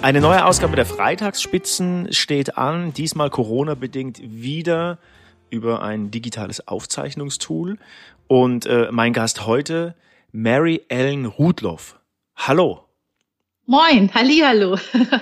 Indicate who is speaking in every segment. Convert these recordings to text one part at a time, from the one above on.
Speaker 1: Eine neue Ausgabe der Freitagsspitzen steht an, diesmal Corona-bedingt wieder über ein digitales Aufzeichnungstool. Und mein Gast heute, Mary Ellen Rudloff. Hallo.
Speaker 2: Moin, hallihallo.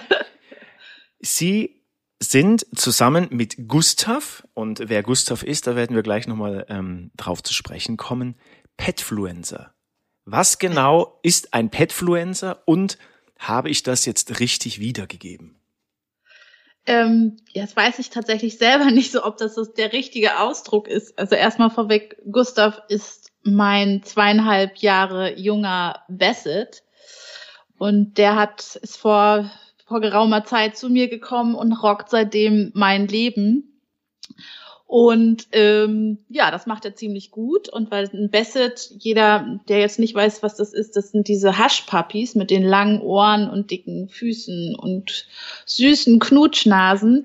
Speaker 1: Sie sind zusammen mit Gustav, und wer Gustav ist, da werden wir gleich nochmal drauf zu sprechen kommen, Petfluencer. Was genau ist ein Petfluencer und habe ich das jetzt richtig wiedergegeben?
Speaker 2: Jetzt weiß ich tatsächlich selber nicht so, ob das der richtige Ausdruck ist. Also erstmal vorweg, Gustav ist mein 2,5 Jahre junger Bassett und der ist vor geraumer Zeit zu mir gekommen und rockt seitdem mein Leben. Und das macht er ziemlich gut. Und weil ein Bassett, jeder, der jetzt nicht weiß, was das sind diese Hush-Puppies mit den langen Ohren und dicken Füßen und süßen Knutschnasen.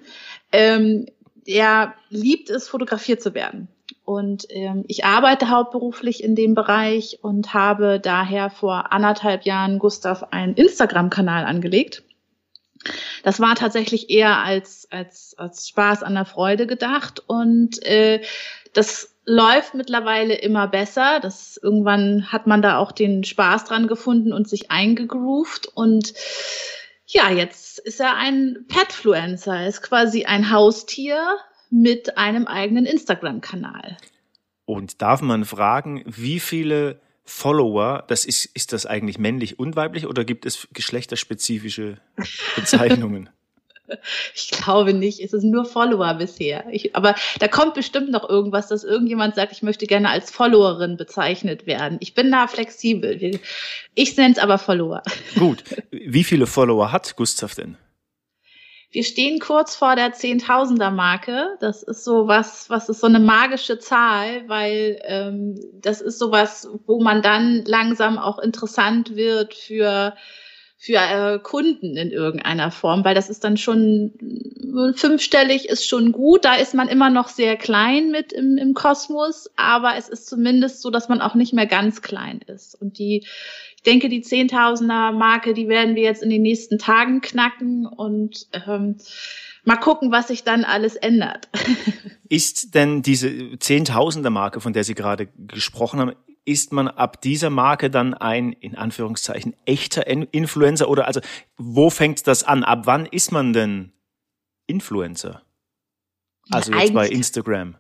Speaker 2: Der liebt es, fotografiert zu werden. Und ich arbeite hauptberuflich in dem Bereich und habe daher vor 1,5 Jahren Gustav einen Instagram-Kanal angelegt. Das war tatsächlich eher als Spaß an der Freude gedacht und das läuft mittlerweile immer besser. Irgendwann hat man da auch den Spaß dran gefunden und sich eingegroovt und ja, jetzt ist er ein Petfluencer. Er ist quasi ein Haustier mit einem eigenen Instagram-Kanal.
Speaker 1: Und darf man fragen, wie viele Follower, ist das eigentlich männlich und weiblich oder gibt es geschlechterspezifische Bezeichnungen?
Speaker 2: Ich glaube nicht, es ist nur Follower bisher. Aber da kommt bestimmt noch irgendwas, dass irgendjemand sagt, ich möchte gerne als Followerin bezeichnet werden. Ich bin da flexibel. Ich nenne es aber Follower.
Speaker 1: Gut, wie viele Follower hat Gustav denn?
Speaker 2: Wir stehen kurz vor der 10.000er-Marke. Das ist so was ist so eine magische Zahl, weil das ist sowas, wo man dann langsam auch interessant wird für Kunden in irgendeiner Form, weil das ist dann schon 5-stellig, ist schon gut. Da ist man immer noch sehr klein mit im Kosmos, aber es ist zumindest so, dass man auch nicht mehr ganz klein ist. Und ich denke, die 10.000er-Marke, die werden wir jetzt in den nächsten Tagen knacken und mal gucken, was sich dann alles ändert.
Speaker 1: Ist denn diese 10.000er-Marke, von der Sie gerade gesprochen haben, ist man ab dieser Marke dann ein, in Anführungszeichen, echter Influencer? Oder also, wo fängt das an? Ab wann ist man denn Influencer? Also jetzt bei Instagram.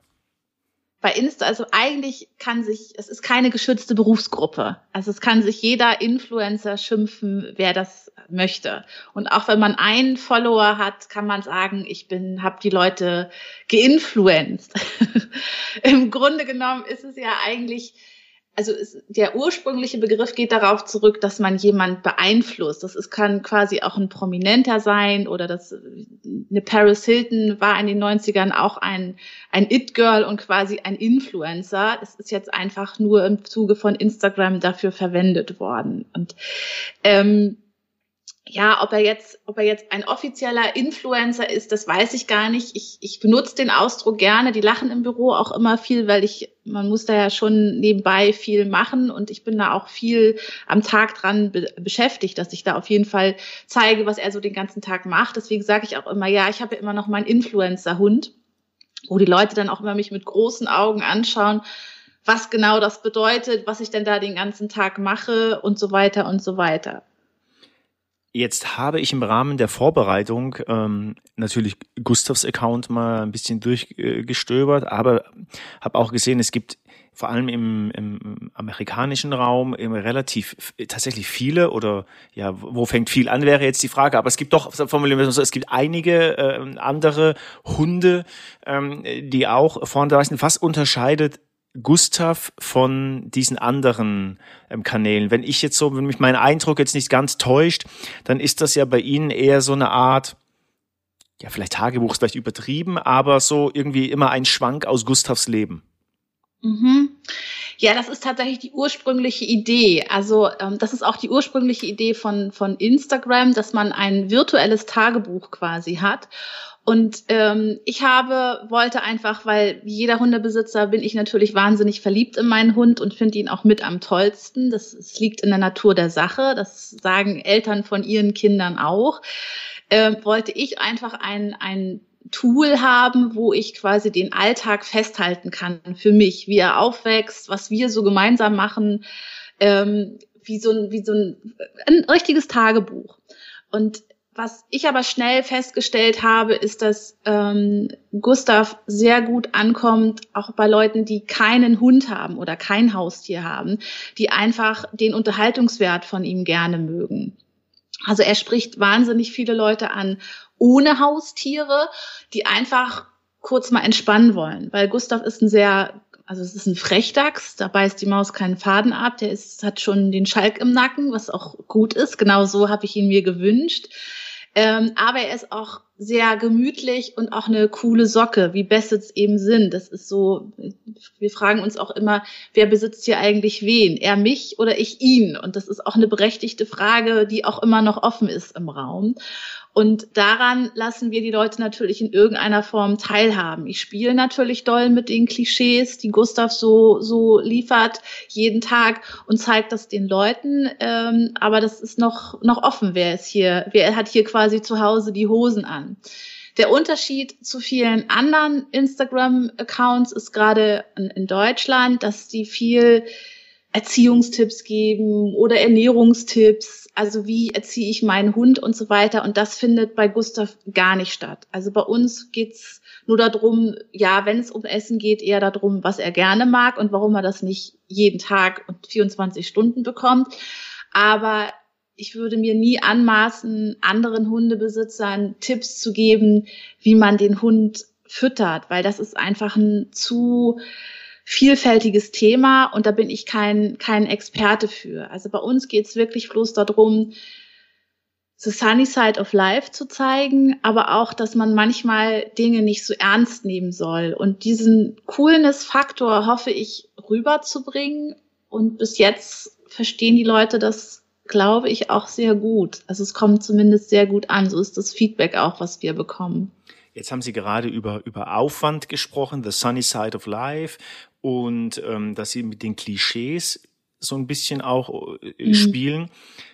Speaker 2: Also eigentlich es ist keine geschützte Berufsgruppe. Also es kann sich jeder Influencer schimpfen, wer das möchte. Und auch wenn man einen Follower hat, kann man sagen, habe die Leute geinfluenced. Im Grunde genommen ist es ja eigentlich, der ursprüngliche Begriff geht darauf zurück, dass man jemand beeinflusst. Kann quasi auch ein Prominenter sein oder eine Paris Hilton war in den 90ern auch ein It-Girl und quasi ein Influencer. Es ist jetzt einfach nur im Zuge von Instagram dafür verwendet worden. Und ob er jetzt ein offizieller Influencer ist, das weiß ich gar nicht. Ich benutze den Ausdruck gerne. Die lachen im Büro auch immer viel, weil man muss da ja schon nebenbei viel machen und ich bin da auch viel am Tag dran beschäftigt, dass ich da auf jeden Fall zeige, was er so den ganzen Tag macht. Deswegen sage ich auch immer, ja, ich habe ja immer noch meinen Influencer-Hund, wo die Leute dann auch immer mich mit großen Augen anschauen, was genau das bedeutet, was ich denn da den ganzen Tag mache und so weiter und so weiter.
Speaker 1: Jetzt habe ich im Rahmen der Vorbereitung natürlich Gustavs Account mal ein bisschen durchgestöbert, aber habe auch gesehen, es gibt vor allem im amerikanischen Raum relativ tatsächlich viele oder ja, wo fängt viel an, wäre jetzt die Frage, aber es gibt doch, formulieren wir es so, es gibt einige andere Hunde, die auch vorne da sind. Was unterscheidet Gustav von diesen anderen Kanälen? Wenn mich mein Eindruck jetzt nicht ganz täuscht, dann ist das ja bei Ihnen eher so eine Art, ja, vielleicht Tagebuch ist vielleicht übertrieben, aber so irgendwie immer ein Schwank aus Gustavs Leben.
Speaker 2: Mhm. Ja, das ist tatsächlich die ursprüngliche Idee. Also das ist auch die ursprüngliche Idee von Instagram, dass man ein virtuelles Tagebuch quasi hat. Und ich wollte einfach, weil wie jeder Hundebesitzer bin ich natürlich wahnsinnig verliebt in meinen Hund und finde ihn auch mit am tollsten. Das liegt in der Natur der Sache. Das sagen Eltern von ihren Kindern auch. Wollte ich einfach ein Tool haben, wo ich quasi den Alltag festhalten kann für mich, wie er aufwächst, was wir so gemeinsam machen, wie so ein richtiges Tagebuch. Und was ich aber schnell festgestellt habe, ist, dass Gustav sehr gut ankommt, auch bei Leuten, die keinen Hund haben oder kein Haustier haben, die einfach den Unterhaltungswert von ihm gerne mögen. Also er spricht wahnsinnig viele Leute an ohne Haustiere, die einfach kurz mal entspannen wollen, weil Gustav ist es ist ein Frechdachs, da beißt die Maus keinen Faden ab, hat schon den Schalk im Nacken, was auch gut ist, genau so habe ich ihn mir gewünscht. Aber er ist auch sehr gemütlich und auch eine coole Socke, wie Bassets eben sind. Das ist so, wir fragen uns auch immer, wer besitzt hier eigentlich wen? Er mich oder ich ihn? Und das ist auch eine berechtigte Frage, die auch immer noch offen ist im Raum. Und daran lassen wir die Leute natürlich in irgendeiner Form teilhaben. Ich spiele natürlich doll mit den Klischees, die Gustav so liefert, jeden Tag und zeigt das den Leuten. Aber das ist noch offen, wer hat hier quasi zu Hause die Hosen an. Der Unterschied zu vielen anderen Instagram-Accounts ist gerade in Deutschland, dass die viel Erziehungstipps geben oder Ernährungstipps, also wie erziehe ich meinen Hund und so weiter. Und das findet bei Gustav gar nicht statt. Also bei uns geht's nur darum, ja, wenn es um Essen geht, eher darum, was er gerne mag und warum er das nicht jeden Tag und 24 Stunden bekommt. Aber ich würde mir nie anmaßen, anderen Hundebesitzern Tipps zu geben, wie man den Hund füttert, weil das ist einfach ein zu vielfältiges Thema und da bin ich kein Experte für. Also bei uns geht es wirklich bloß darum, the sunny side of life zu zeigen, aber auch, dass man manchmal Dinge nicht so ernst nehmen soll. Und diesen Coolness-Faktor hoffe ich rüberzubringen. Und bis jetzt verstehen die Leute das, glaube ich, auch sehr gut. Also es kommt zumindest sehr gut an. So ist das Feedback auch, was wir bekommen.
Speaker 1: Jetzt haben Sie gerade über Aufwand gesprochen, the sunny side of life, und dass Sie mit den Klischees so ein bisschen auch spielen.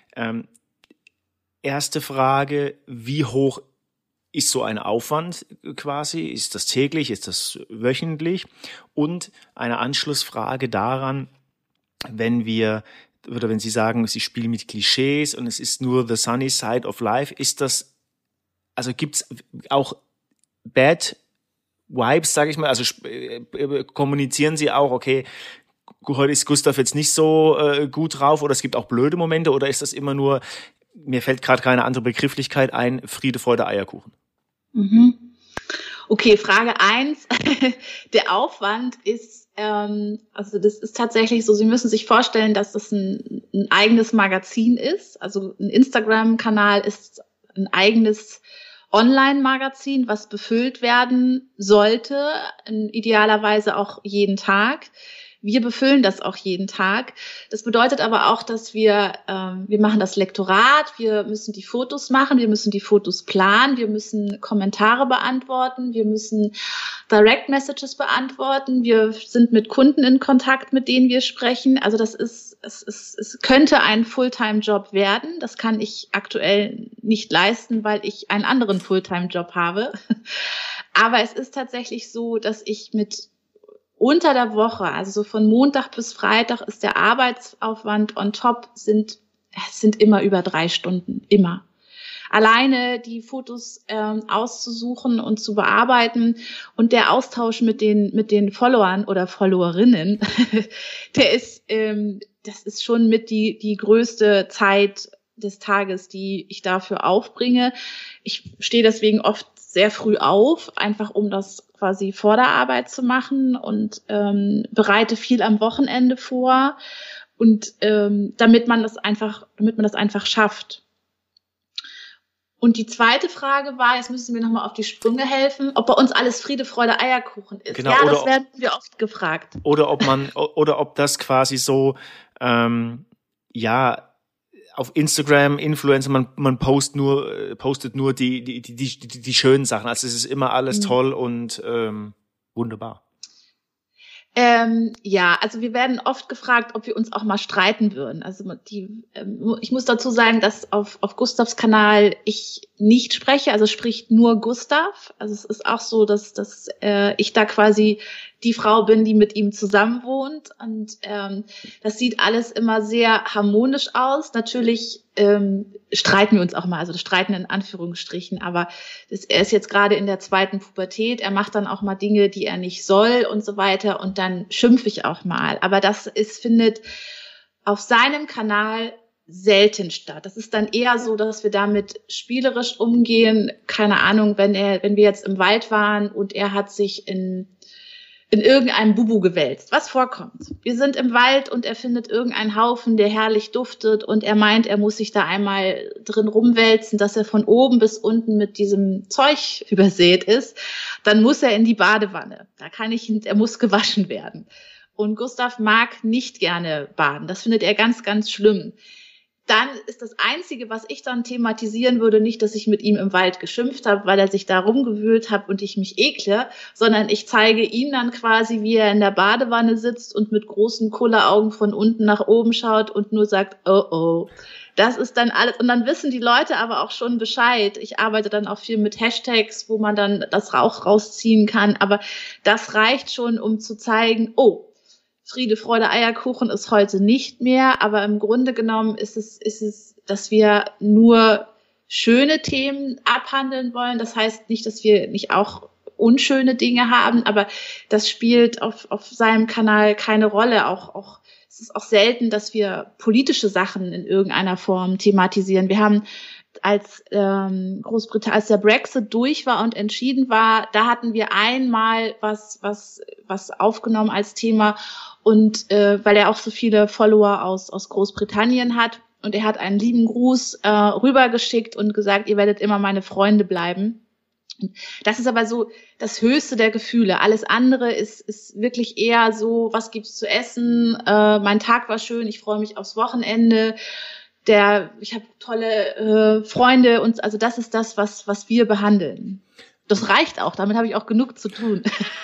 Speaker 1: Erste Frage, wie hoch ist so ein Aufwand quasi? Ist das täglich? Ist das wöchentlich? Und eine Anschlussfrage daran, wenn Sie sagen, Sie spielen mit Klischees und es ist nur the sunny side of life, gibt's auch Bad Vibes, sage ich mal, also kommunizieren Sie auch, okay, heute ist Gustav jetzt nicht so gut drauf oder es gibt auch blöde Momente oder ist das immer nur, mir fällt gerade keine andere Begrifflichkeit ein, Friede, Freude, Eierkuchen?
Speaker 2: Okay, Frage 1. Der Aufwand ist, das ist tatsächlich so, Sie müssen sich vorstellen, dass das ein eigenes Magazin ist. Also ein Instagram-Kanal ist ein eigenes Online-Magazin, was befüllt werden sollte, idealerweise auch jeden Tag. Wir befüllen das auch jeden Tag. Das bedeutet aber auch, dass wir machen das Lektorat, wir müssen die Fotos machen, wir müssen die Fotos planen, wir müssen Kommentare beantworten, wir müssen Direct Messages beantworten, wir sind mit Kunden in Kontakt, mit denen wir sprechen. Also es könnte ein Fulltime-Job werden. Das kann ich aktuell nicht leisten, weil ich einen anderen Fulltime-Job habe. Aber es ist tatsächlich so, dass ich unter der Woche, also so von Montag bis Freitag, ist der Arbeitsaufwand on top, sind immer über 3 Stunden, immer. Alleine die Fotos auszusuchen und zu bearbeiten und der Austausch mit den Followern oder Followerinnen, das ist schon mit die größte Zeit des Tages, die ich dafür aufbringe. Ich stehe deswegen oft sehr früh auf, einfach um das quasi vor der Arbeit zu machen und bereite viel am Wochenende vor und damit man das einfach schafft. Und die zweite Frage war, jetzt müssen Sie mir nochmal auf die Sprünge helfen, ob bei uns alles Friede, Freude, Eierkuchen ist.
Speaker 1: Genau,
Speaker 2: ja, das werden wir oft gefragt.
Speaker 1: Oder ob das quasi so, auf Instagram Influencer, man postet nur die schönen Sachen. Also es ist immer alles toll und wunderbar.
Speaker 2: Ja, also wir werden oft gefragt, ob wir uns auch mal streiten würden. Also ich muss dazu sagen, dass auf Gustavs Kanal ich nicht spreche, also spricht nur Gustav. Also es ist auch so, dass ich da quasi die Frau bin, die mit ihm zusammen wohnt. Und das sieht alles immer sehr harmonisch aus. Natürlich streiten wir uns auch mal, also streiten in Anführungsstrichen, aber er ist jetzt gerade in der 2. Pubertät, er macht dann auch mal Dinge, die er nicht soll und so weiter und dann schimpfe ich auch mal. Aber findet auf seinem Kanal selten statt. Das ist dann eher so, dass wir damit spielerisch umgehen. Keine Ahnung, wenn wir jetzt im Wald waren und er hat sich in irgendeinem Bubu gewälzt, was vorkommt. Wir sind im Wald und er findet irgendeinen Haufen, der herrlich duftet und er meint, er muss sich da einmal drin rumwälzen, dass er von oben bis unten mit diesem Zeug übersät ist. Dann muss er in die Badewanne. Er muss gewaschen werden. Und Gustav mag nicht gerne baden. Das findet er ganz, ganz schlimm. Dann ist das Einzige, was ich dann thematisieren würde, nicht, dass ich mit ihm im Wald geschimpft habe, weil er sich da rumgewühlt hat und ich mich ekle, sondern ich zeige ihn dann quasi, wie er in der Badewanne sitzt und mit großen Kulleraugen von unten nach oben schaut und nur sagt, oh oh. Das ist dann alles. Und dann wissen die Leute aber auch schon Bescheid. Ich arbeite dann auch viel mit Hashtags, wo man dann das Rauch rausziehen kann. Aber das reicht schon, um zu zeigen, oh, Friede, Freude, Eierkuchen ist heute nicht mehr, aber im Grunde genommen ist es, dass wir nur schöne Themen abhandeln wollen. Das heißt nicht, dass wir nicht auch unschöne Dinge haben, aber das spielt auf seinem Kanal keine Rolle. Es ist auch selten, dass wir politische Sachen in irgendeiner Form thematisieren. Wir haben als der Brexit durch war und entschieden war, da hatten wir einmal was aufgenommen als Thema und weil er auch so viele Follower aus Großbritannien hat und er hat einen lieben Gruß rübergeschickt und gesagt, ihr werdet immer meine Freunde bleiben. Das ist aber so das höchste der Gefühle. Alles andere ist wirklich eher so, was gibt's zu essen? Mein Tag war schön, ich freue mich aufs Wochenende. Ich habe tolle Freunde und also das ist das, was wir behandeln. Das reicht auch, damit habe ich auch genug zu tun.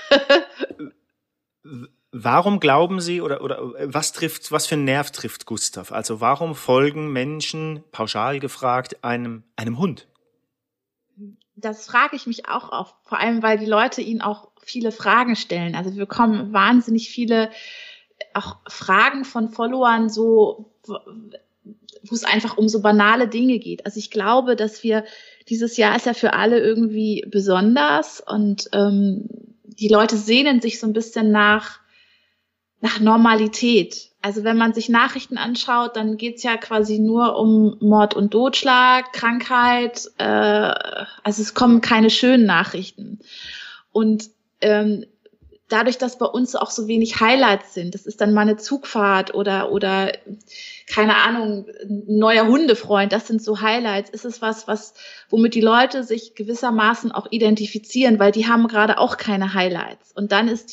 Speaker 1: Warum glauben Sie oder was für einen Nerv trifft Gustav? Also warum folgen Menschen, pauschal gefragt, einem Hund?
Speaker 2: Das frage ich mich auch oft, vor allem weil die Leute ihn auch viele Fragen stellen. Also wir bekommen wahnsinnig viele auch Fragen von Followern, so wo es einfach um so banale Dinge geht. Also ich glaube, dass dieses Jahr ist ja für alle irgendwie besonders und die Leute sehnen sich so ein bisschen nach Normalität. Also wenn man sich Nachrichten anschaut, dann geht's ja quasi nur um Mord und Totschlag, Krankheit. Also es kommen keine schönen Nachrichten. Und dadurch, dass bei uns auch so wenig Highlights sind, das ist dann mal eine Zugfahrt oder keine Ahnung, ein neuer Hundefreund, das sind so Highlights, ist es womit die Leute sich gewissermaßen auch identifizieren, weil die haben gerade auch keine Highlights. Und dann ist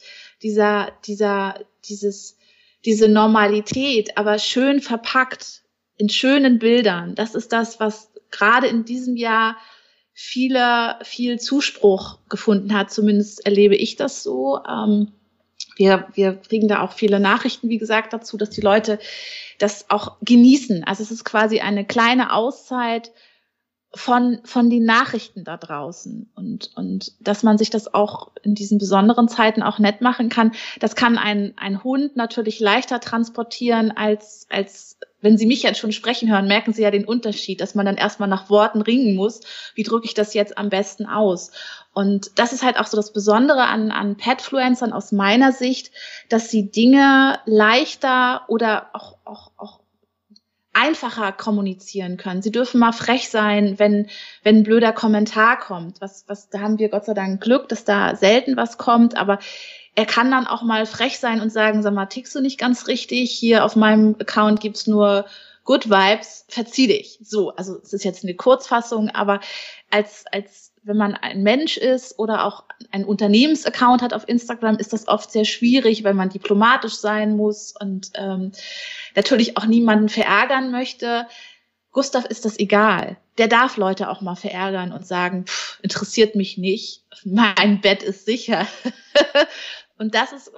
Speaker 2: diese Normalität, aber schön verpackt in schönen Bildern, das ist das, was gerade in diesem Jahr viel Zuspruch gefunden hat. Zumindest erlebe ich das so. Wir kriegen da auch viele Nachrichten, wie gesagt, dazu, dass die Leute das auch genießen. Also es ist quasi eine kleine Auszeit von den Nachrichten da draußen und dass man sich das auch in diesen besonderen Zeiten auch nett machen kann. Das kann ein Hund natürlich leichter transportieren als wenn Sie mich jetzt schon sprechen hören, merken Sie ja den Unterschied, dass man dann erstmal nach Worten ringen muss. Wie drücke ich das jetzt am besten aus? Und das ist halt auch so das Besondere an Petfluencern aus meiner Sicht, dass sie Dinge leichter oder auch einfacher kommunizieren können. Sie dürfen mal frech sein, wenn ein blöder Kommentar kommt. Da haben wir Gott sei Dank Glück, dass da selten was kommt, aber er kann dann auch mal frech sein und sagen, sag mal, tickst du nicht ganz richtig? Hier auf meinem Account gibt's nur Good Vibes, verzieh dich. So, also es ist jetzt eine Kurzfassung, aber als wenn man ein Mensch ist oder auch einen Unternehmensaccount hat auf Instagram, ist das oft sehr schwierig, weil man diplomatisch sein muss und natürlich auch niemanden verärgern möchte. Gustav ist das egal. Der darf Leute auch mal verärgern und sagen, interessiert mich nicht, mein Bett ist sicher. Und das ist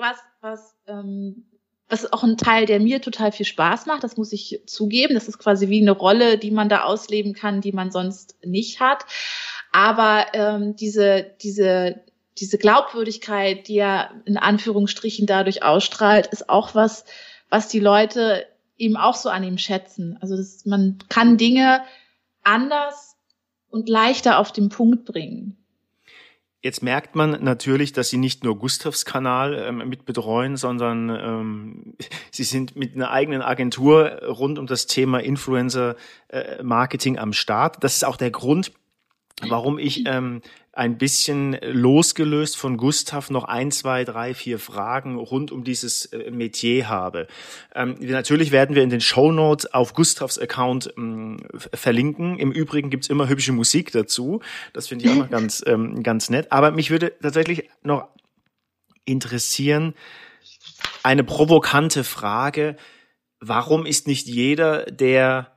Speaker 2: was auch ein Teil, der mir total viel Spaß macht, das muss ich zugeben. Das ist quasi wie eine Rolle, die man da ausleben kann, die man sonst nicht hat. Aber diese Glaubwürdigkeit, die er in Anführungsstrichen dadurch ausstrahlt, ist auch was die Leute eben auch so an ihm schätzen. Also man kann Dinge anders und leichter auf den Punkt bringen.
Speaker 1: Jetzt merkt man natürlich, dass Sie nicht nur Gustavs Kanal mit betreuen, sondern Sie sind mit einer eigenen Agentur rund um das Thema Influencer-Marketing am Start. Das ist auch der Grund, warum ich ein bisschen losgelöst von Gustav noch 1, 2, 3, 4 Fragen rund um dieses Metier habe. Natürlich werden wir in den Shownotes auf Gustavs Account verlinken. Im Übrigen gibt's immer hübsche Musik dazu. Das finde ich auch noch ganz nett. Aber mich würde tatsächlich noch interessieren, eine provokante Frage. Warum ist nicht jeder, der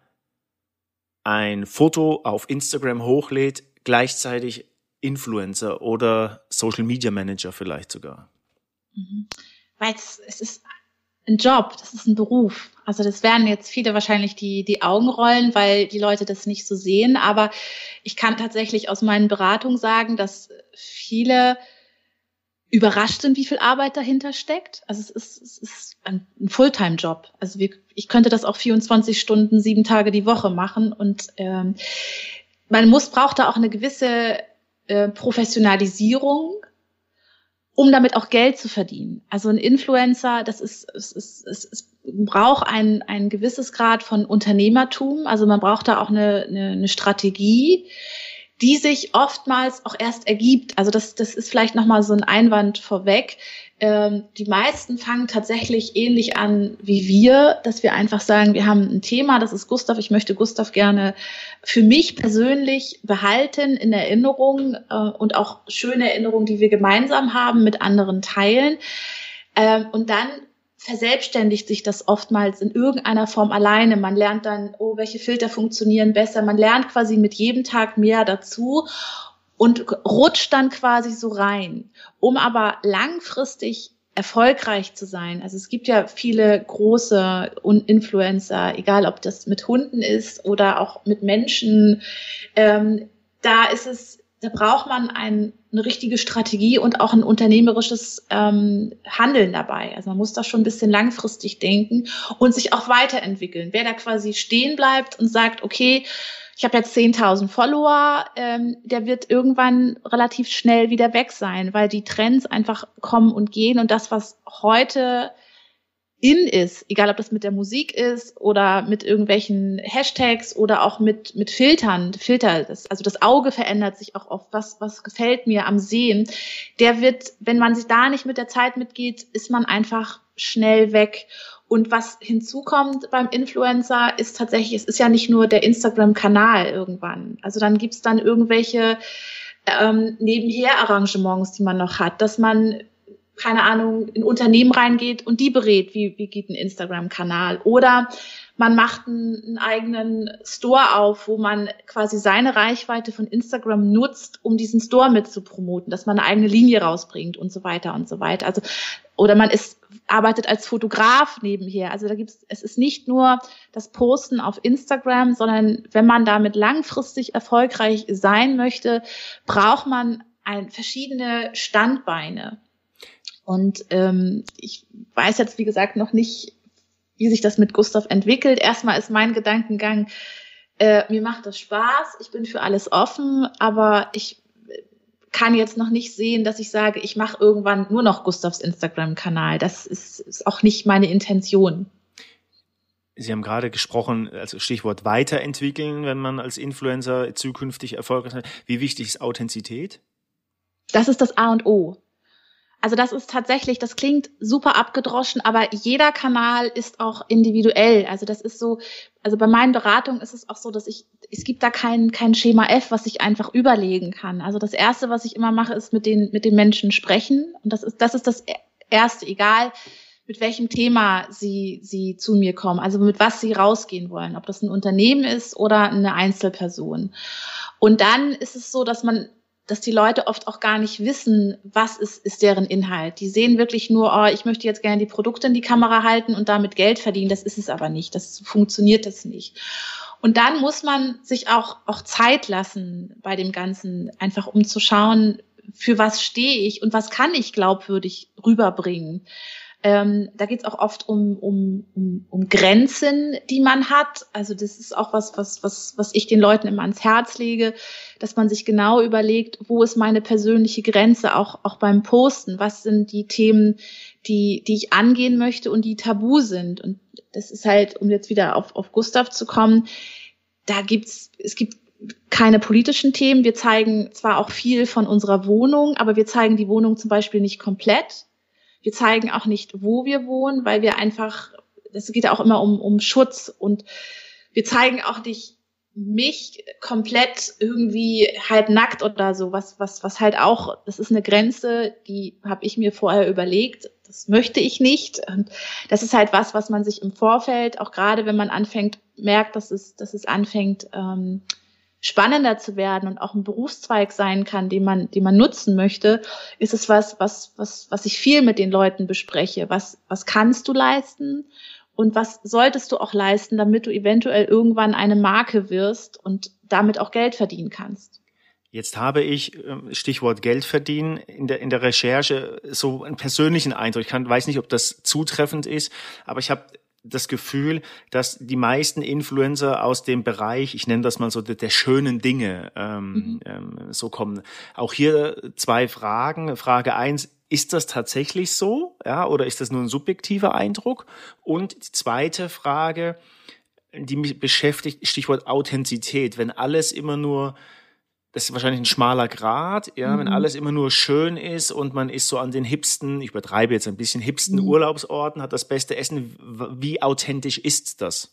Speaker 1: ein Foto auf Instagram hochlädt, gleichzeitig Influencer oder Social Media Manager vielleicht sogar?
Speaker 2: Weil es ist ein Job, das ist ein Beruf. Also das werden jetzt viele wahrscheinlich die Augen rollen, weil die Leute das nicht so sehen. Aber ich kann tatsächlich aus meinen Beratungen sagen, dass viele überrascht sind, wie viel Arbeit dahinter steckt. Also es ist ein Fulltime-Job. Also ich könnte das auch 24 Stunden, 7 Tage die Woche machen. Und man braucht da auch eine gewisse Professionalisierung, um damit auch Geld zu verdienen. Also ein Influencer, es braucht ein gewisses Grad von Unternehmertum. Also man braucht da auch eine Strategie, die sich oftmals auch erst ergibt. Also das ist vielleicht nochmal so ein Einwand vorweg. Die meisten fangen tatsächlich ähnlich an wie wir, dass wir einfach sagen, wir haben ein Thema, das ist Gustav, ich möchte Gustav gerne für mich persönlich behalten, in Erinnerung und auch schöne Erinnerungen, die wir gemeinsam haben, mit anderen teilen. Und dann verselbstständigt sich das oftmals in irgendeiner Form alleine. Man lernt dann, welche Filter funktionieren besser. Man lernt quasi mit jedem Tag mehr dazu und rutscht dann quasi so rein. Um aber langfristig erfolgreich zu sein, also es gibt ja viele große Influencer, egal ob das mit Hunden ist oder auch mit Menschen, da braucht man eine richtige Strategie und auch ein unternehmerisches Handeln dabei. Also man muss da schon ein bisschen langfristig denken und sich auch weiterentwickeln. Wer da quasi stehen bleibt und sagt, okay, ich habe jetzt 10.000 Follower, der wird irgendwann relativ schnell wieder weg sein, weil die Trends einfach kommen und gehen und das, was heute in ist, egal ob das mit der Musik ist oder mit irgendwelchen Hashtags oder auch mit Filtern, also das Auge verändert sich auch oft, was gefällt mir am Sehen, der wird, wenn man sich da nicht mit der Zeit mitgeht, ist man einfach schnell weg. Und was hinzukommt beim Influencer ist tatsächlich, es ist ja nicht nur der Instagram-Kanal irgendwann. Also dann gibt's dann irgendwelche Nebenher-Arrangements, die man noch hat, dass man, keine Ahnung, in Unternehmen reingeht und die berät, wie geht ein Instagram-Kanal. Oder man macht einen eigenen Store auf, wo man quasi seine Reichweite von Instagram nutzt, um diesen Store mit zu promoten, dass man eine eigene Linie rausbringt und so weiter und so weiter. Also, oder man arbeitet als Fotograf nebenher. Also es ist nicht nur das Posten auf Instagram, sondern wenn man damit langfristig erfolgreich sein möchte, braucht man verschiedene Standbeine. Und ich weiß jetzt, wie gesagt, noch nicht, wie sich das mit Gustav entwickelt. Erstmal ist mein Gedankengang, mir macht das Spaß, ich bin für alles offen, aber ich kann jetzt noch nicht sehen, dass ich sage, ich mache irgendwann nur noch Gustavs Instagram-Kanal. Das ist auch nicht meine Intention.
Speaker 1: Sie haben gerade gesprochen, also Stichwort weiterentwickeln, wenn man als Influencer zukünftig erfolgreich ist. Wie wichtig ist Authentizität?
Speaker 2: Das ist das A und O. Also das ist tatsächlich, das klingt super abgedroschen, aber jeder Kanal ist auch individuell. Also das ist so, also bei meinen Beratungen ist es auch so, dass es gibt da kein Schema F, was ich einfach überlegen kann. Also das Erste, was ich immer mache, ist mit den Menschen sprechen. Und das ist das Erste, egal mit welchem Thema sie zu mir kommen, also mit was sie rausgehen wollen, ob das ein Unternehmen ist oder eine Einzelperson. Und dann ist es so, dass die Leute oft auch gar nicht wissen, was ist deren Inhalt. Die sehen wirklich nur, oh, ich möchte jetzt gerne die Produkte in die Kamera halten und damit Geld verdienen. Das ist es aber nicht. Das funktioniert das nicht. Und dann muss man sich auch Zeit lassen bei dem Ganzen, einfach um zu schauen, für was stehe ich und was kann ich glaubwürdig rüberbringen. Da geht es auch oft um Grenzen, die man hat. Also das ist auch was ich den Leuten immer ans Herz lege, dass man sich genau überlegt, wo ist meine persönliche Grenze, auch beim Posten. Was sind die Themen, die ich angehen möchte und die tabu sind? Und das ist halt, um jetzt wieder auf Gustav zu kommen, es gibt keine politischen Themen. Wir zeigen zwar auch viel von unserer Wohnung, aber wir zeigen die Wohnung zum Beispiel nicht komplett. Wir zeigen auch nicht, wo wir wohnen, weil wir einfach, das geht ja auch immer um Schutz, und wir zeigen auch nicht mich komplett irgendwie halb nackt oder so, was halt auch, das ist eine Grenze, die habe ich mir vorher überlegt, das möchte ich nicht, und das ist halt was man sich im Vorfeld, auch gerade wenn man merkt, dass es anfängt, spannender zu werden und auch ein Berufszweig sein kann, den man nutzen möchte, ist es was ich viel mit den Leuten bespreche. Was kannst du leisten und was solltest du auch leisten, damit du eventuell irgendwann eine Marke wirst und damit auch Geld verdienen kannst?
Speaker 1: Jetzt habe ich, Stichwort Geld verdienen, in der Recherche so einen persönlichen Eindruck. Ich weiß nicht, ob das zutreffend ist, aber ich habe das Gefühl, dass die meisten Influencer aus dem Bereich, ich nenne das mal so, der schönen Dinge so kommen. Auch hier 2 Fragen. Frage 1, ist das tatsächlich so? Ja, oder ist das nur ein subjektiver Eindruck? Und die zweite Frage, die mich beschäftigt, Stichwort Authentizität. Wenn alles immer nur, das ist wahrscheinlich ein schmaler Grat, ja, wenn alles immer nur schön ist und man ist so an den hipsten, ich übertreibe jetzt ein bisschen, hipsten Urlaubsorten, hat das beste Essen, wie authentisch ist das?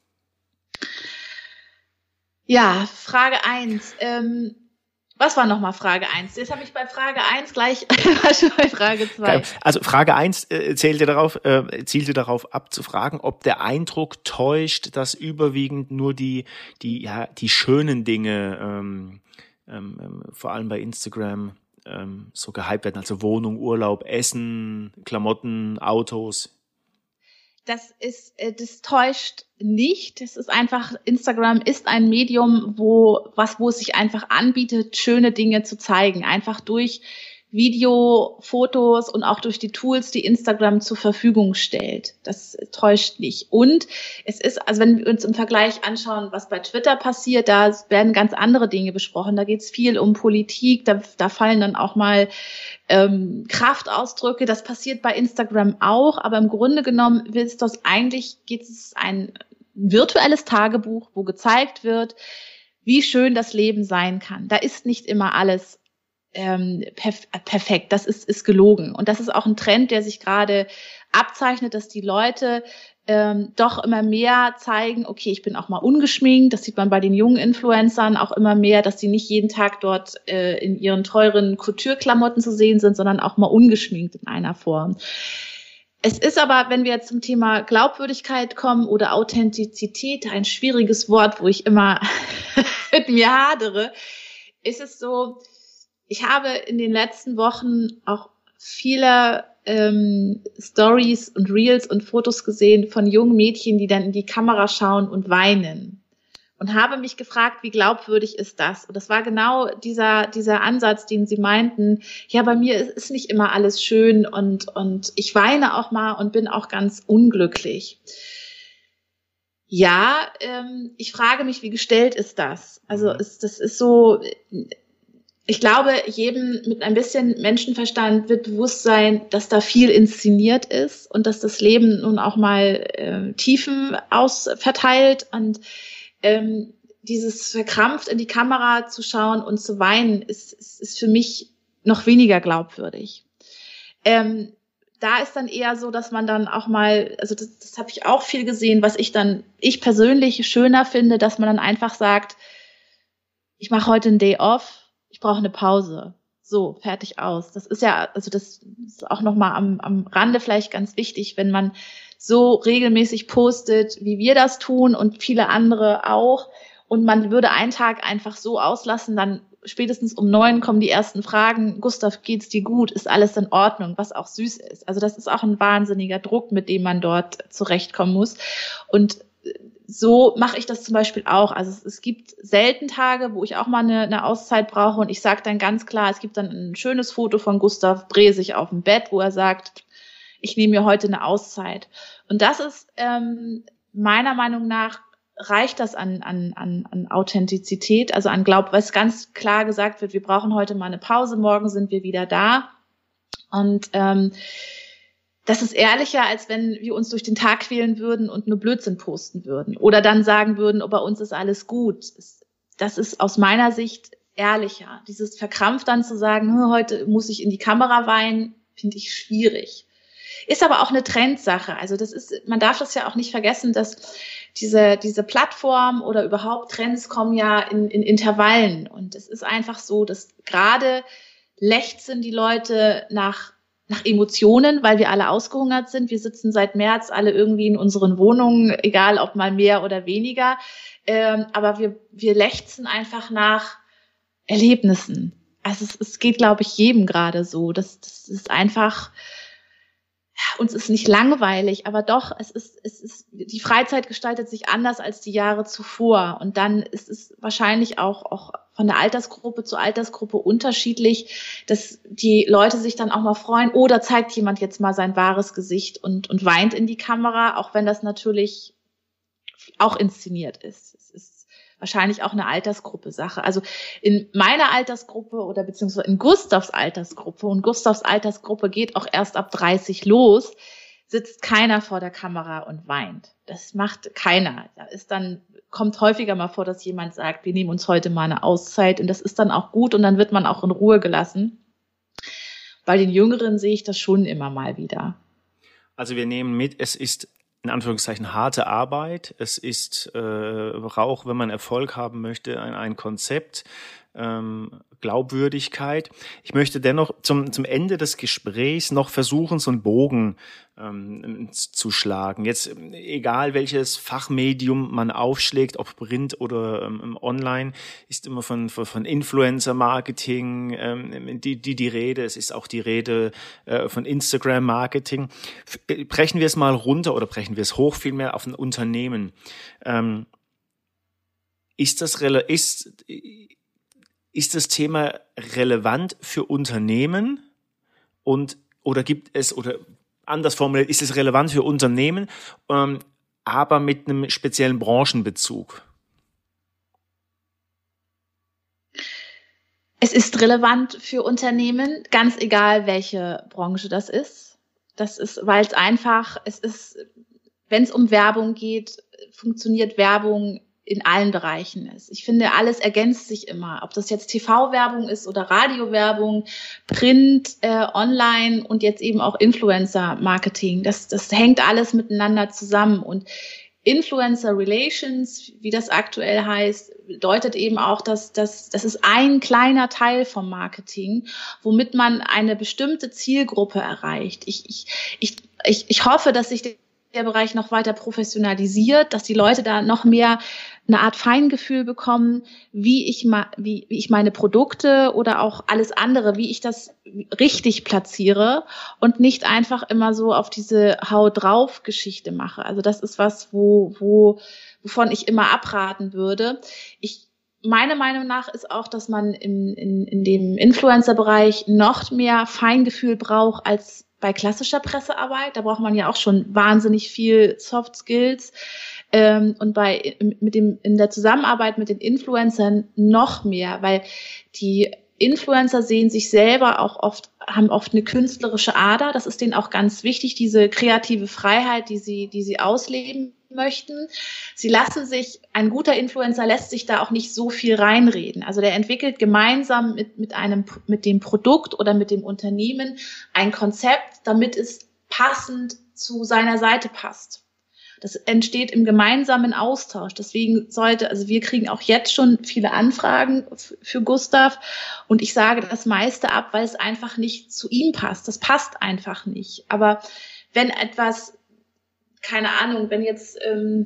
Speaker 2: Ja, Frage 1. Was war nochmal Frage 1? Jetzt habe ich bei Frage 1 gleich schon bei Frage 2.
Speaker 1: Also Frage 1 zielte darauf ab zu fragen, ob der Eindruck täuscht, dass überwiegend nur die schönen Dinge vor allem bei Instagram so gehypt werden, also Wohnung, Urlaub, Essen, Klamotten, Autos.
Speaker 2: Das täuscht nicht. Es ist einfach, Instagram ist ein Medium, wo es sich einfach anbietet, schöne Dinge zu zeigen. Einfach durch Video, Fotos und auch durch die Tools, die Instagram zur Verfügung stellt. Das täuscht nicht. Und es ist, also wenn wir uns im Vergleich anschauen, was bei Twitter passiert, da werden ganz andere Dinge besprochen. Da geht es viel um Politik, da fallen dann auch mal Kraftausdrücke. Das passiert bei Instagram auch, aber im Grunde genommen geht es ein virtuelles Tagebuch, wo gezeigt wird, wie schön das Leben sein kann. Da ist nicht immer alles perfekt. Das ist gelogen. Und das ist auch ein Trend, der sich gerade abzeichnet, dass die Leute doch immer mehr zeigen, okay, ich bin auch mal ungeschminkt. Das sieht man bei den jungen Influencern auch immer mehr, dass sie nicht jeden Tag dort in ihren teuren Couture-Klamotten zu sehen sind, sondern auch mal ungeschminkt in einer Form. Es ist aber, wenn wir jetzt zum Thema Glaubwürdigkeit kommen oder Authentizität, ein schwieriges Wort, wo ich immer mit mir hadere, ist es so, ich habe in den letzten Wochen auch viele Stories und Reels und Fotos gesehen von jungen Mädchen, die dann in die Kamera schauen und weinen. Und habe mich gefragt, wie glaubwürdig ist das? Und das war genau dieser Ansatz, den Sie meinten. Ja, bei mir ist nicht immer alles schön und ich weine auch mal und bin auch ganz unglücklich. Ja, ich frage mich, wie gestellt ist das? Also das ist so. Ich glaube, jedem mit ein bisschen Menschenverstand wird bewusst sein, dass da viel inszeniert ist und dass das Leben nun auch mal Tiefen verteilt, und dieses verkrampft in die Kamera zu schauen und zu weinen ist für mich noch weniger glaubwürdig. Da ist dann eher so, dass man dann auch mal, also das habe ich auch viel gesehen, was ich persönlich schöner finde, dass man dann einfach sagt, ich mache heute einen Day off, ich brauche eine Pause. So, fertig aus. Das ist ja, also das ist auch nochmal am Rande vielleicht ganz wichtig, wenn man so regelmäßig postet, wie wir das tun und viele andere auch, und man würde einen Tag einfach so auslassen, dann spätestens um 9 kommen die ersten Fragen: Gustav, geht's dir gut? Ist alles in Ordnung? Was auch süß ist. Also das ist auch ein wahnsinniger Druck, mit dem man dort zurechtkommen muss. Und so mache ich das zum Beispiel auch. Also es gibt selten Tage, wo ich auch mal eine Auszeit brauche, und ich sage dann ganz klar, es gibt dann ein schönes Foto von Gustav Bresig auf dem Bett, wo er sagt, ich nehme mir heute eine Auszeit. Und das ist meiner Meinung nach, reicht das an Authentizität, also an was ganz klar gesagt wird, wir brauchen heute mal eine Pause, morgen sind wir wieder da. Und das ist ehrlicher, als wenn wir uns durch den Tag quälen würden und nur Blödsinn posten würden oder dann sagen würden, oh, bei uns ist alles gut. Das ist aus meiner Sicht ehrlicher. Dieses verkrampft dann zu sagen, heute muss ich in die Kamera weinen, finde ich schwierig. Ist aber auch eine Trendsache. Also man darf das ja auch nicht vergessen, dass diese Plattform oder überhaupt Trends kommen ja in Intervallen. Und es ist einfach so, dass gerade lechzen die Leute nach Emotionen, weil wir alle ausgehungert sind. Wir sitzen seit März alle irgendwie in unseren Wohnungen, egal ob mal mehr oder weniger. Aber wir lechzen einfach nach Erlebnissen. Also es geht, glaube ich, jedem gerade so. Das ist einfach, uns ist nicht langweilig, aber doch, die Freizeit gestaltet sich anders als die Jahre zuvor. Und dann ist es wahrscheinlich auch von der Altersgruppe zu Altersgruppe unterschiedlich, dass die Leute sich dann auch mal freuen, oder zeigt jemand jetzt mal sein wahres Gesicht und weint in die Kamera, auch wenn das natürlich auch inszeniert ist. Es ist wahrscheinlich auch eine Altersgruppe-Sache. Also in meiner Altersgruppe oder beziehungsweise in Gustavs Altersgruppe, und Gustavs Altersgruppe geht auch erst ab 30 los, sitzt keiner vor der Kamera und weint. Das macht keiner. Kommt häufiger mal vor, dass jemand sagt, wir nehmen uns heute mal eine Auszeit, und das ist dann auch gut, und dann wird man auch in Ruhe gelassen. Bei den Jüngeren sehe ich das schon immer mal wieder.
Speaker 1: Also wir nehmen mit, es ist in Anführungszeichen harte Arbeit. Es ist auch, wenn man Erfolg haben möchte, ein Konzept, Glaubwürdigkeit. Ich möchte dennoch zum Ende des Gesprächs noch versuchen, so einen Bogen zu schlagen. Jetzt egal, welches Fachmedium man aufschlägt, ob Print oder online, ist immer von Influencer-Marketing die Rede. Es ist auch die Rede von Instagram-Marketing. Brechen wir es mal runter oder brechen wir es hoch vielmehr auf ein Unternehmen. Ist das Thema relevant für Unternehmen oder anders formuliert, ist es relevant für Unternehmen, aber mit einem speziellen Branchenbezug?
Speaker 2: Es ist relevant für Unternehmen, ganz egal, welche Branche das ist. Das ist, weil wenn es um Werbung geht, funktioniert Werbung in allen Bereichen ist. Ich finde, alles ergänzt sich immer. Ob das jetzt TV-Werbung ist oder Radiowerbung, Print, Online und jetzt eben auch Influencer-Marketing. Das hängt alles miteinander zusammen. Und Influencer Relations, wie das aktuell heißt, bedeutet eben auch, dass das ist ein kleiner Teil vom Marketing, womit man eine bestimmte Zielgruppe erreicht. Ich hoffe, dass sich der Bereich noch weiter professionalisiert, dass die Leute da noch mehr eine Art Feingefühl bekommen, wie ich meine Produkte oder auch alles andere, wie ich das richtig platziere und nicht einfach immer so auf diese Hau-drauf-Geschichte mache. Also das ist was, wovon ich immer abraten würde. Meine Meinung nach ist auch, dass man in dem Influencer-Bereich noch mehr Feingefühl braucht als bei klassischer Pressearbeit. Da braucht man ja auch schon wahnsinnig viel Soft Skills. Und in der Zusammenarbeit mit den Influencern noch mehr, weil die Influencer sehen sich selber haben oft eine künstlerische Ader. Das ist denen auch ganz wichtig, diese kreative Freiheit, die sie ausleben möchten. Ein guter Influencer lässt sich da auch nicht so viel reinreden. Also der entwickelt gemeinsam mit dem Produkt oder mit dem Unternehmen ein Konzept, damit es passend zu seiner Seite passt. Das entsteht im gemeinsamen Austausch. Deswegen wir kriegen auch jetzt schon viele Anfragen für Gustav und ich sage das meiste ab, weil es einfach nicht zu ihm passt. Das passt einfach nicht. Aber wenn etwas, keine Ahnung, wenn jetzt,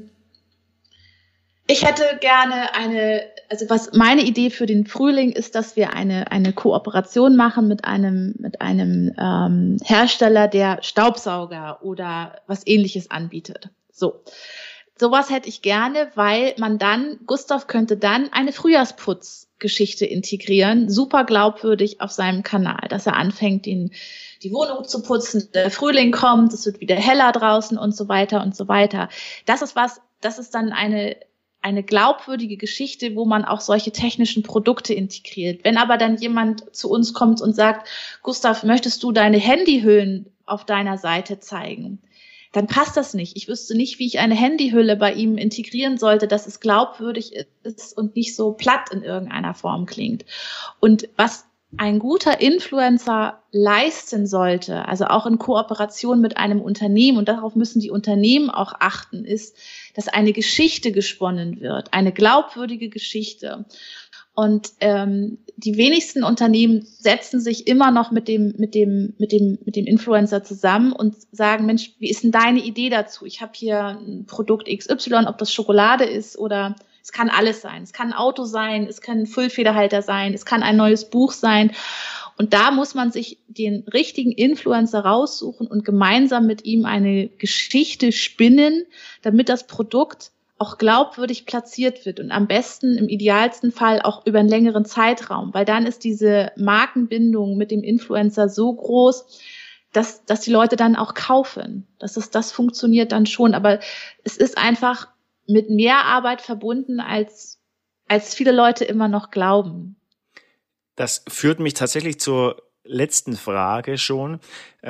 Speaker 2: ich hätte gerne meine Idee für den Frühling ist, dass wir eine Kooperation machen mit einem Hersteller, der Staubsauger oder was Ähnliches anbietet. Sowas hätte ich gerne, weil Gustav könnte dann eine Frühjahrsputzgeschichte integrieren, super glaubwürdig auf seinem Kanal, dass er anfängt, die Wohnung zu putzen, der Frühling kommt, es wird wieder heller draußen und so weiter und so weiter. Das ist dann eine glaubwürdige Geschichte, wo man auch solche technischen Produkte integriert. Wenn aber dann jemand zu uns kommt und sagt, Gustav, möchtest du deine Handyhüllen auf deiner Seite zeigen? Dann passt das nicht. Ich wüsste nicht, wie ich eine Handyhülle bei ihm integrieren sollte, dass es glaubwürdig ist und nicht so platt in irgendeiner Form klingt. Und was ein guter Influencer leisten sollte, also auch in Kooperation mit einem Unternehmen, und darauf müssen die Unternehmen auch achten, ist, dass eine Geschichte gesponnen wird, eine glaubwürdige Geschichte. Und die wenigsten Unternehmen setzen sich immer noch mit dem Influencer zusammen und sagen, Mensch, wie ist denn deine Idee dazu? Ich habe hier ein Produkt XY, ob das Schokolade ist oder es kann alles sein. Es kann ein Auto sein, es kann ein Füllfederhalter sein, es kann ein neues Buch sein. Und da muss man sich den richtigen Influencer raussuchen und gemeinsam mit ihm eine Geschichte spinnen, damit das Produkt auch glaubwürdig platziert wird und am besten, im idealsten Fall auch über einen längeren Zeitraum, weil dann ist diese Markenbindung mit dem Influencer so groß, dass die Leute dann auch kaufen. Das funktioniert dann schon, aber es ist einfach mit mehr Arbeit verbunden, als viele Leute immer noch glauben.
Speaker 1: Das führt mich tatsächlich zur letzten Frage schon.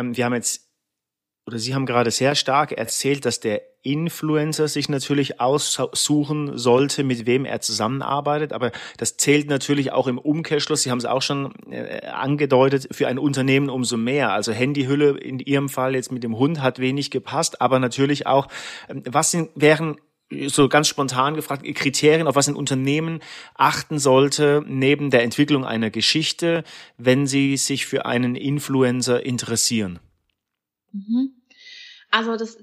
Speaker 1: Sie haben gerade sehr stark erzählt, dass der Influencer sich natürlich aussuchen sollte, mit wem er zusammenarbeitet. Aber das zählt natürlich auch im Umkehrschluss, Sie haben es auch schon angedeutet, für ein Unternehmen umso mehr. Also Handyhülle in Ihrem Fall jetzt mit dem Hund hat wenig gepasst, aber natürlich auch, wären so ganz spontan gefragt, Kriterien, auf was ein Unternehmen achten sollte, neben der Entwicklung einer Geschichte, wenn sie sich für einen Influencer interessieren?
Speaker 2: Also das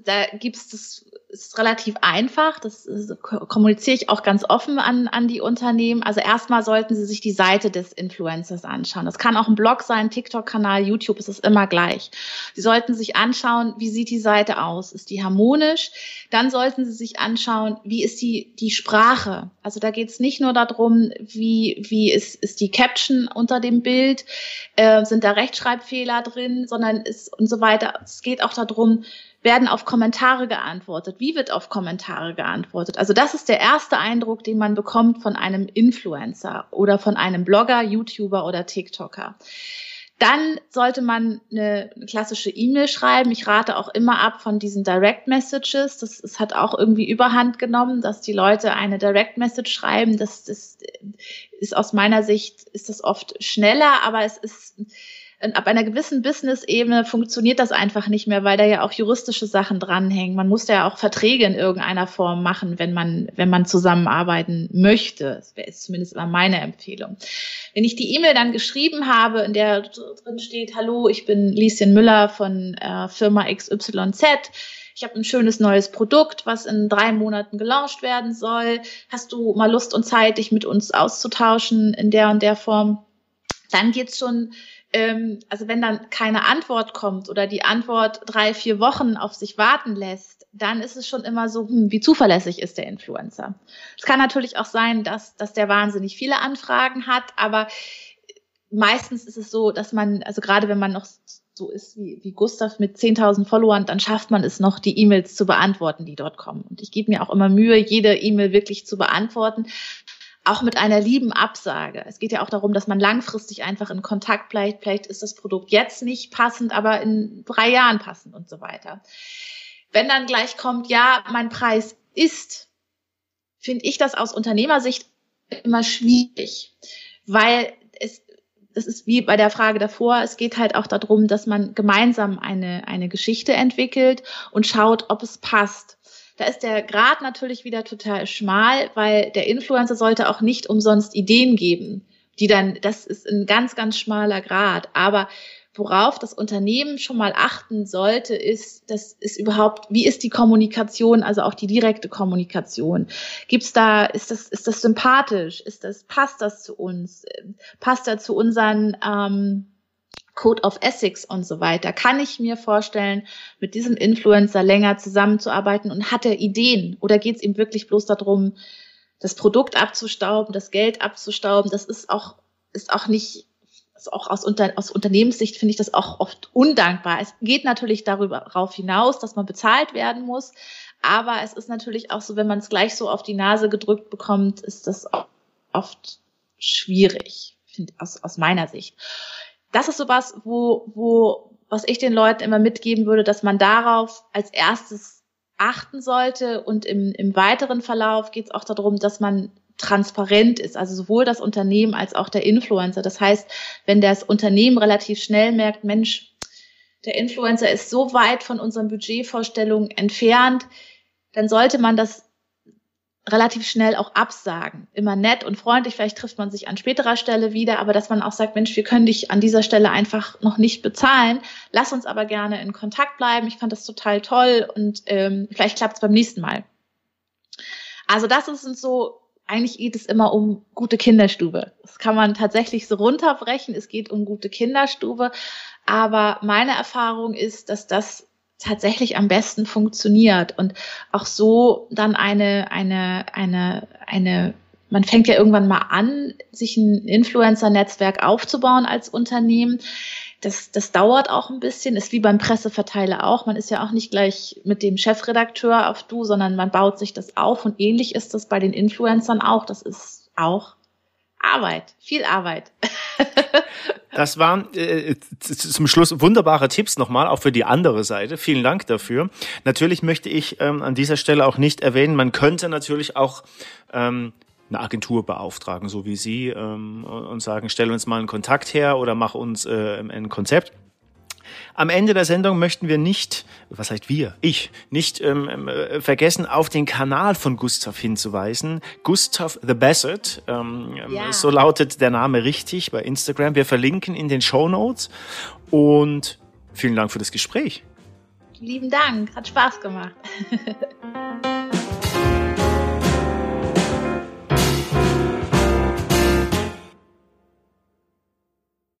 Speaker 2: ist relativ einfach. Das kommuniziere ich auch ganz offen an die Unternehmen. Also erstmal sollten sie sich die Seite des Influencers anschauen. Das kann auch ein Blog sein, TikTok-Kanal, YouTube, ist es immer gleich. Sie sollten sich anschauen, wie sieht die Seite aus? Ist die harmonisch? Dann sollten sie sich anschauen, wie ist die Sprache? Also da geht es nicht nur darum, wie ist die Caption unter dem Bild, sind da Rechtschreibfehler drin, sondern und so weiter. Es geht auch darum, werden auf Kommentare geantwortet? Wie wird auf Kommentare geantwortet? Also das ist der erste Eindruck, den man bekommt von einem Influencer oder von einem Blogger, YouTuber oder TikToker. Dann sollte man eine klassische E-Mail schreiben. Ich rate auch immer ab von diesen Direct Messages. Das hat auch irgendwie Überhand genommen, dass die Leute eine Direct Message schreiben. Das ist aus meiner Sicht, ist das oft schneller, aber es ist ab einer gewissen Business-Ebene funktioniert das einfach nicht mehr, weil da ja auch juristische Sachen dranhängen. Man muss ja auch Verträge in irgendeiner Form machen, wenn man zusammenarbeiten möchte. Das wäre zumindest immer meine Empfehlung. Wenn ich die E-Mail dann geschrieben habe, in der drin steht, hallo, ich bin Lieschen Müller von Firma XYZ. Ich habe ein schönes neues Produkt, was in 3 Monaten gelauncht werden soll. Hast du mal Lust und Zeit, dich mit uns auszutauschen in der und der Form? Dann geht's schon. Also wenn dann keine Antwort kommt oder die Antwort 3-4 Wochen auf sich warten lässt, dann ist es schon immer so, wie zuverlässig ist der Influencer. Es kann natürlich auch sein, dass der wahnsinnig viele Anfragen hat, aber meistens ist es so, dass man, also gerade wenn man noch so ist wie Gustav mit 10.000 Followern, dann schafft man es noch, die E-Mails zu beantworten, die dort kommen. Und ich gebe mir auch immer Mühe, jede E-Mail wirklich zu beantworten. Auch mit einer lieben Absage. Es geht ja auch darum, dass man langfristig einfach in Kontakt bleibt. Vielleicht ist das Produkt jetzt nicht passend, aber in 3 Jahren passend und so weiter. wenn dann gleich kommt, ja, mein Preis ist, finde ich das aus Unternehmersicht immer schwierig, weil das ist wie bei der Frage davor, es geht halt auch darum, dass man gemeinsam eine Geschichte entwickelt und schaut, ob es passt. Da ist der Grad natürlich wieder total schmal, weil der Influencer sollte auch nicht umsonst Ideen geben, das ist ein ganz, ganz schmaler Grad. Aber worauf das Unternehmen schon mal achten sollte, ist überhaupt, wie ist die Kommunikation, also auch die direkte Kommunikation? Ist das sympathisch? Passt das zu uns? Passt das zu unseren Code of Ethics und so weiter? Kann ich mir vorstellen, mit diesem Influencer länger zusammenzuarbeiten und hat er Ideen? Oder geht es ihm wirklich bloß darum, das Produkt abzustauben, das Geld abzustauben? Das ist auch nicht, also auch aus Unternehmenssicht finde ich das auch oft undankbar. Es geht natürlich darauf hinaus, dass man bezahlt werden muss, aber es ist natürlich auch so, wenn man es gleich so auf die Nase gedrückt bekommt, ist das oft schwierig, aus meiner Sicht. Das ist sowas, was ich den Leuten immer mitgeben würde, dass man darauf als erstes achten sollte, und im weiteren Verlauf geht es auch darum, dass man transparent ist, also sowohl das Unternehmen als auch der Influencer. Das heißt, wenn das Unternehmen relativ schnell merkt, Mensch, der Influencer ist so weit von unseren Budgetvorstellungen entfernt, dann sollte man das relativ schnell auch absagen. Immer nett und freundlich, vielleicht trifft man sich an späterer Stelle wieder, aber dass man auch sagt, Mensch, wir können dich an dieser Stelle einfach noch nicht bezahlen, lass uns aber gerne in Kontakt bleiben, ich fand das total toll und vielleicht klappt es beim nächsten Mal. Also das ist uns so, eigentlich geht es immer um gute Kinderstube. Das kann man tatsächlich so runterbrechen. Es geht um gute Kinderstube. Aber meine Erfahrung ist, dass das tatsächlich am besten funktioniert und auch so dann man fängt ja irgendwann mal an, sich ein Influencer-Netzwerk aufzubauen als Unternehmen. Das dauert auch ein bisschen, ist wie beim Presseverteiler auch. Man ist ja auch nicht gleich mit dem Chefredakteur auf Du, sondern man baut sich das auf, und ähnlich ist das bei den Influencern auch. Das ist auch Arbeit, viel Arbeit.
Speaker 1: Das waren zum Schluss wunderbare Tipps nochmal, auch für die andere Seite. Vielen Dank dafür. Natürlich möchte ich an dieser Stelle auch nicht erwähnen, man könnte natürlich auch eine Agentur beauftragen, so wie Sie, und sagen, stell uns mal einen Kontakt her oder mach uns ein Konzept. Am Ende der Sendung möchten wir nicht vergessen, auf den Kanal von Gustav hinzuweisen. Gustav the Bassett, so lautet der Name richtig bei Instagram. Wir verlinken in den Shownotes, und vielen Dank für das Gespräch.
Speaker 2: Lieben Dank, hat Spaß gemacht.